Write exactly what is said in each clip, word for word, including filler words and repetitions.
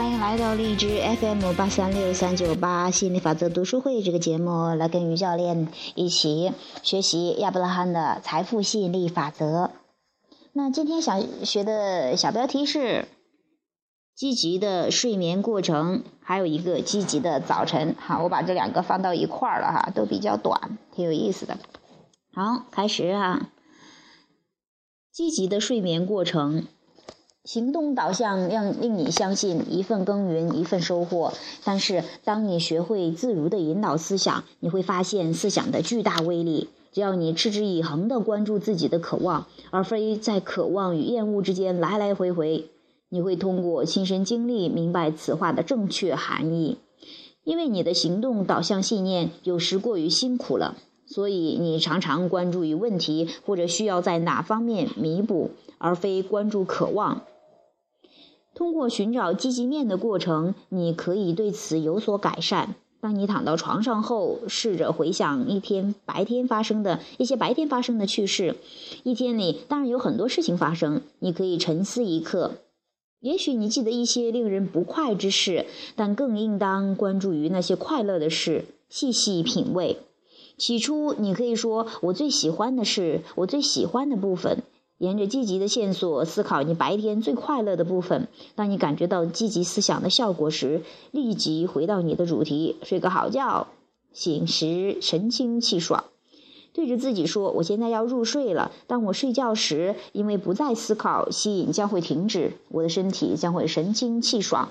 欢迎来到荔枝 F M 八三六三九八心理法则读书会这个节目，来跟于教练一起学习亚伯拉罕的财富吸引力法则。那今天想学的小标题是积极的睡眠过程，还有一个积极的早晨。好，我把这两个放到一块儿了哈，都比较短，挺有意思的。好，开始啊。积极的睡眠过程，行动导向让令你相信一份耕耘一份收获，但是当你学会自如地引导思想，你会发现思想的巨大威力。只要你持之以恒地关注自己的渴望，而非在渴望与厌恶之间来来回回，你会通过亲身经历明白此话的正确含义。因为你的行动导向信念有时过于辛苦了，所以你常常关注于问题或者需要在哪方面弥补，而非关注渴望。通过寻找积极面的过程，你可以对此有所改善。当你躺到床上后，试着回想一天白天发生的一些白天发生的趣事。一天里当然有很多事情发生，你可以沉思一刻。也许你记得一些令人不快之事，但更应当关注于那些快乐的事，细细品味。起初你可以说，我最喜欢的是我最喜欢的部分，沿着积极的线索思考你白天最快乐的部分。当你感觉到积极思想的效果时，立即回到你的主题，睡个好觉，醒时神清气爽。对着自己说，我现在要入睡了。当我睡觉时，因为不再思考，吸引将会停止，我的身体将会神清气爽。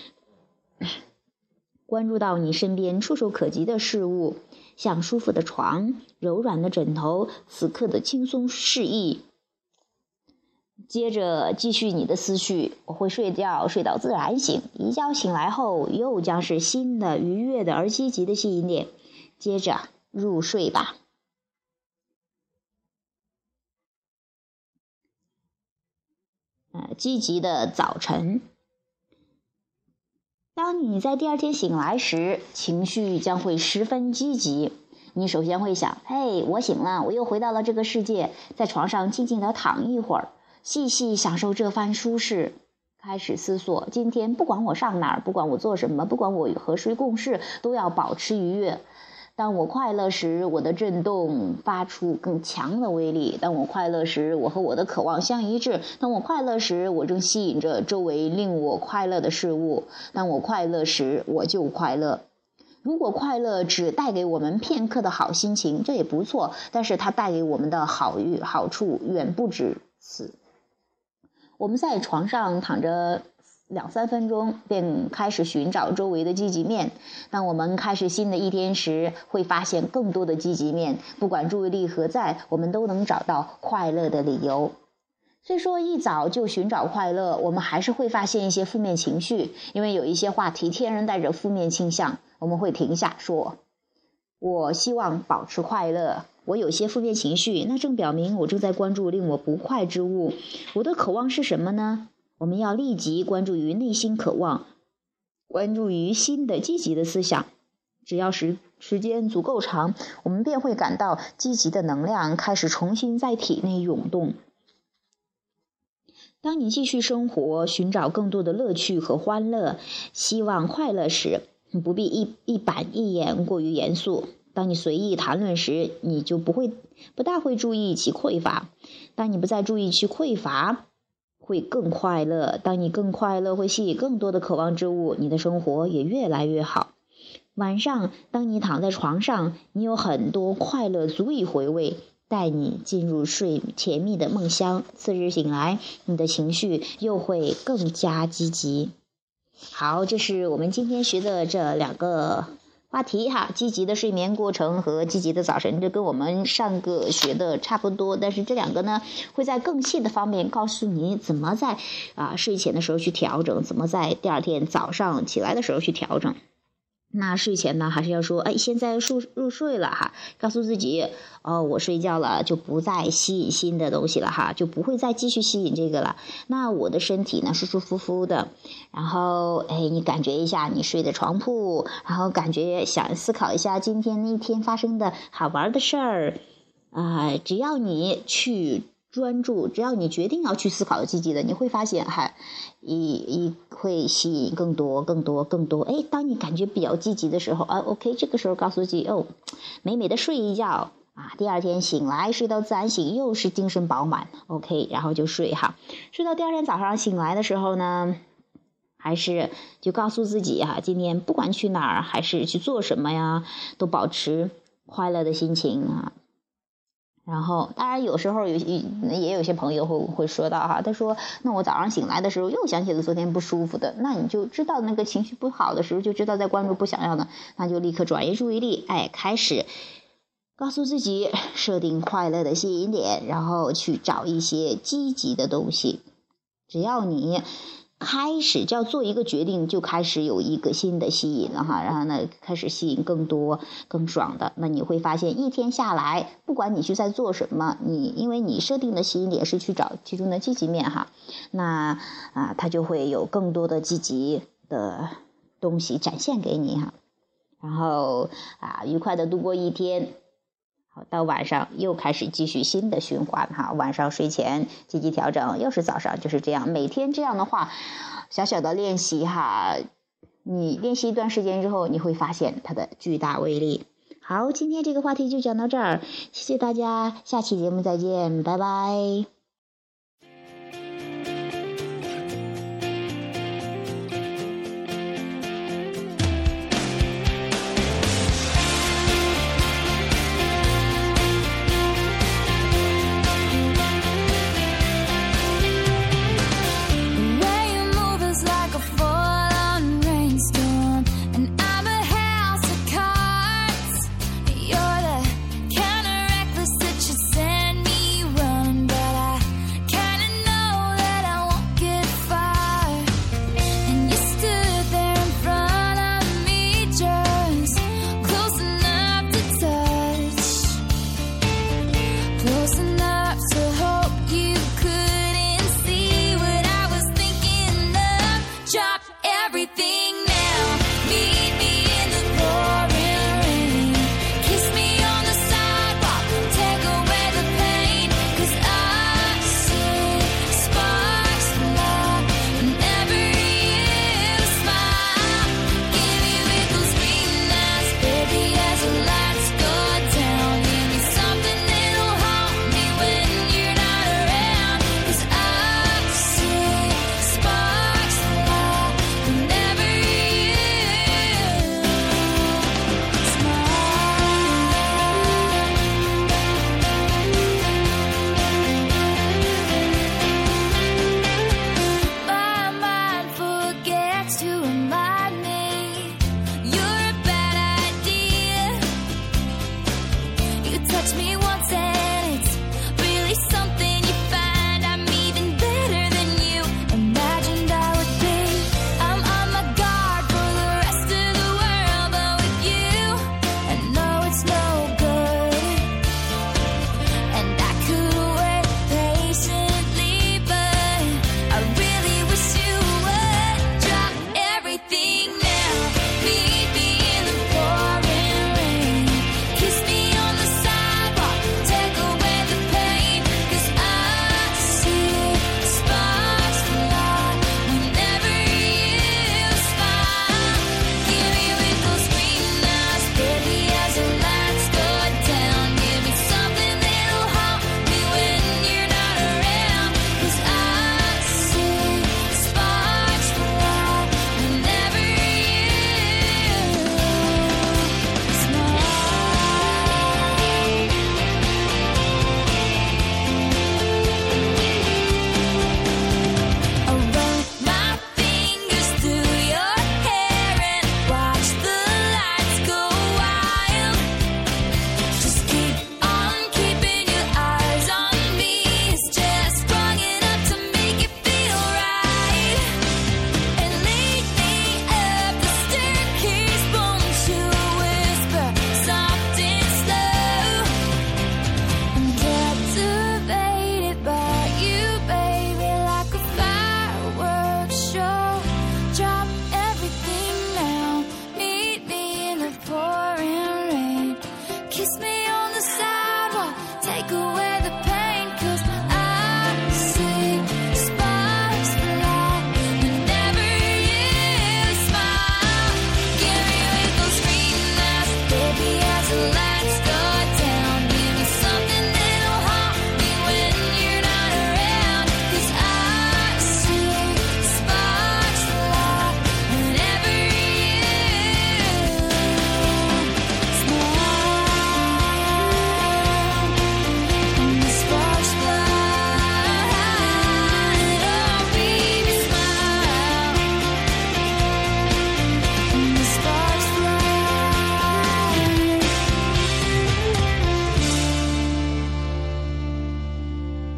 关注到你身边触手可及的事物，像舒服的床、柔软的枕头，此刻的轻松适意。接着继续你的思绪，我会睡觉睡到自然醒，一觉醒来后又将是新的愉悦的而积极的吸引点。接着入睡吧。呃，积极的早晨。当你在第二天醒来时，情绪将会十分积极。你首先会想，嘿，我醒了，我又回到了这个世界，在床上静静地躺一会儿，细细享受这番舒适。开始思索，今天不管我上哪儿，不管我做什么，不管我与和谁共事，都要保持愉悦。当我快乐时，我的震动发出更强的威力。当我快乐时，我和我的渴望相一致。当我快乐时，我正吸引着周围令我快乐的事物。当我快乐时，我就快乐。如果快乐只带给我们片刻的好心情，这也不错，但是它带给我们的好运好处远不止此。我们在床上躺着两三分钟，便开始寻找周围的积极面。当我们开始新的一天时，会发现更多的积极面。不管注意力何在，我们都能找到快乐的理由。虽说一早就寻找快乐，我们还是会发现一些负面情绪，因为有一些话题天然带着负面倾向。我们会停下说，我希望保持快乐。我有些负面情绪，那正表明我正在关注令我不快之物。我的渴望是什么呢？我们要立即关注于内心渴望，关注于新的积极的思想。只要时时间足够长，我们便会感到积极的能量开始重新在体内涌动。当你继续生活，寻找更多的乐趣和欢乐，希望快乐时，你不必一一板一眼过于严肃。当你随意谈论时，你就不会不大会注意其匮乏。当你不再注意其匮乏，会更快乐。当你更快乐，会吸引更多的渴望之物，你的生活也越来越好。晚上，当你躺在床上，你有很多快乐足以回味，带你进入睡甜蜜的梦乡。次日醒来，你的情绪又会更加积极。好，这是我们今天学的这两个话题哈，积极的睡眠过程和积极的早晨，这跟我们上个学的差不多，但是这两个呢，会在更细的方面告诉你怎么在啊睡前的时候去调整，怎么在第二天早上起来的时候去调整。那睡前呢，还是要说，哎，现在入入睡了哈，告诉自己，哦，我睡觉了，就不再吸引新的东西了哈，就不会再继续吸引这个了。那我的身体呢，舒舒服服的，然后，哎，你感觉一下你睡的床铺，然后感觉想思考一下今天那一天发生的好玩的事儿，啊、呃，只要你去专注，只要你决定要去思考积极的，你会发现哈，一一会吸引更多更多更多。哎，当你感觉比较积极的时候啊 OK， 这个时候告诉自己哦，美美的睡一觉啊，第二天醒来睡到自然醒，又是精神饱满 OK， 然后就睡哈，睡到第二天早上醒来的时候呢，还是就告诉自己哈，今天不管去哪儿还是去做什么呀，都保持快乐的心情啊。然后当然有时候有也有些朋友会会说到哈，他说那我早上醒来的时候又想起了昨天不舒服的，那你就知道那个情绪不好的时候就知道在关注不想要的，那就立刻转移注意力，哎，开始告诉自己设定快乐的吸引点，然后去找一些积极的东西。只要你开始就要做一个决定，就开始有一个新的吸引了哈，然后呢开始吸引更多更爽的，那你会发现一天下来，不管你是在做什么，你因为你设定的吸引点是去找其中的积极面哈，那啊它就会有更多的积极的东西展现给你哈，然后啊愉快的度过一天。好，到晚上又开始继续新的循环哈，晚上睡前积极调整，又是早上，就是这样，每天这样的话，小小的练习哈，你练习一段时间之后，你会发现它的巨大威力。好，今天这个话题就讲到这儿，谢谢大家，下期节目再见，拜拜。